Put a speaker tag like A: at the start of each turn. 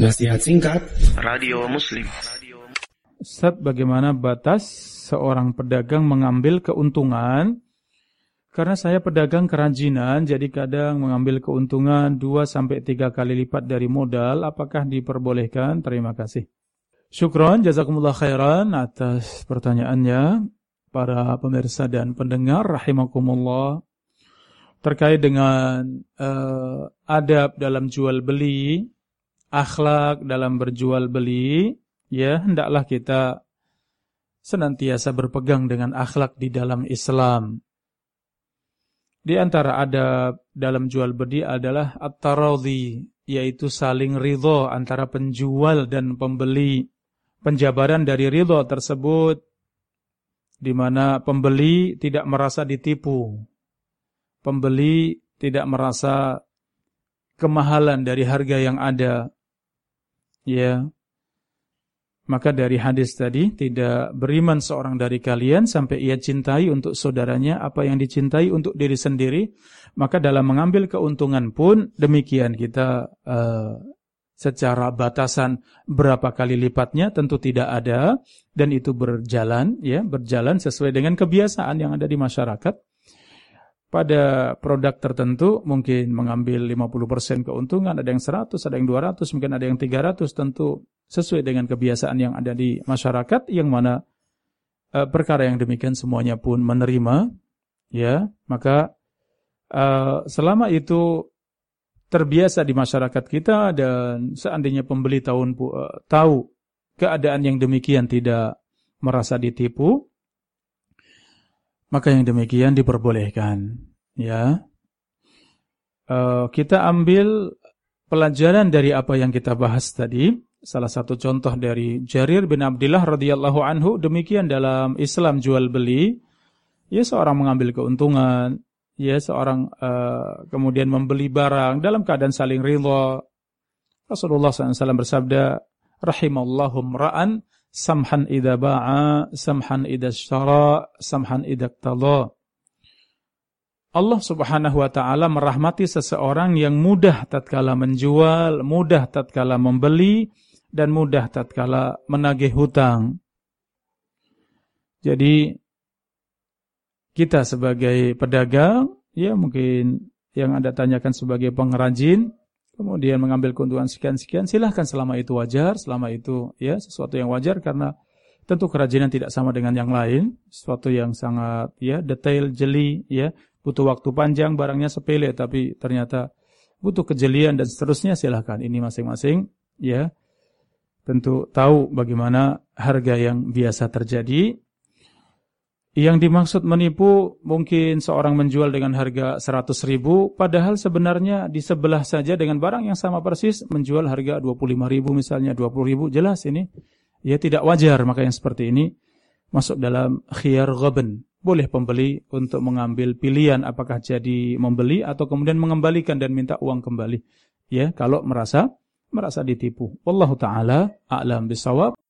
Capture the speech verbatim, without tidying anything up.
A: Nasihat singkat Radio Muslim.
B: Ustaz, bagaimana batas seorang pedagang mengambil keuntungan? Karena saya pedagang kerajinan, jadi kadang mengambil keuntungan dua sampai tiga kali lipat dari modal. Apakah diperbolehkan? Terima kasih. Syukron, jazakumullah khairan atas pertanyaannya. Para pemirsa dan pendengar rahimakumullah. Terkait dengan uh, adab dalam jual beli, akhlak dalam berjual beli, ya hendaklah kita senantiasa berpegang dengan akhlak di dalam Islam. Di antara adab dalam jual beli adalah at-taradhi, yaitu saling ridho antara penjual dan pembeli. Penjabaran dari ridho tersebut, di mana pembeli tidak merasa ditipu. Pembeli tidak merasa kemahalan dari harga yang ada. Ya. Maka dari hadis tadi, tidak beriman seorang dari kalian sampai ia cintai untuk saudaranya apa yang dicintai untuk diri sendiri. Maka dalam mengambil keuntungan pun demikian, kita uh, secara batasan berapa kali lipatnya tentu tidak ada, dan itu berjalan, ya, berjalan sesuai dengan kebiasaan yang ada di masyarakat. Pada produk tertentu mungkin mengambil lima puluh persen keuntungan, ada yang seratus, ada yang dua ratus, mungkin ada yang tiga ratus, tentu sesuai dengan kebiasaan yang ada di masyarakat, yang mana uh, perkara yang demikian semuanya pun menerima, ya. Maka uh, selama itu terbiasa di masyarakat kita, dan seandainya pembeli tahun uh, tahu keadaan yang demikian, tidak merasa ditipu, maka yang demikian diperbolehkan, ya. Uh, kita ambil pelajaran dari apa yang kita bahas tadi. Salah satu contoh dari Jarir bin Abdullah radhiyallahu anhu, demikian dalam Islam jual beli. Ya, seorang mengambil keuntungan, ya, seorang uh, kemudian membeli barang dalam keadaan saling ridha. Rasulullah shallallahu alaihi wasallam bersabda, rahimallahu mra'an samhan idza ba'a, samhan idza ishtara, samhan idza iqtada. Allah Subhanahu wa taala merahmati seseorang yang mudah tatkala menjual, mudah tatkala membeli, dan mudah tatkala menagih hutang. Jadi kita sebagai pedagang, ya mungkin yang Anda tanyakan sebagai pengrajin, kemudian mengambil keuntungan sekian-sekian, silahkan selama itu wajar, selama itu ya sesuatu yang wajar, karena tentu kerajinan tidak sama dengan yang lain, sesuatu yang sangat ya detail, jeli, ya butuh waktu panjang, barangnya sepele tapi ternyata butuh kejelian dan seterusnya, silahkan. Ini masing-masing ya tentu tahu bagaimana harga yang biasa terjadi. Yang dimaksud menipu, mungkin seorang menjual dengan harga seratus ribu, padahal sebenarnya di sebelah saja dengan barang yang sama persis menjual harga dua puluh lima ribu misalnya, dua puluh ribu, jelas ini ya tidak wajar. Maka yang seperti ini masuk dalam khiyar ghaban. Boleh pembeli untuk mengambil pilihan apakah jadi membeli atau kemudian mengembalikan dan minta uang kembali, ya, kalau merasa merasa ditipu. Wallahu taala a'lam bisawab.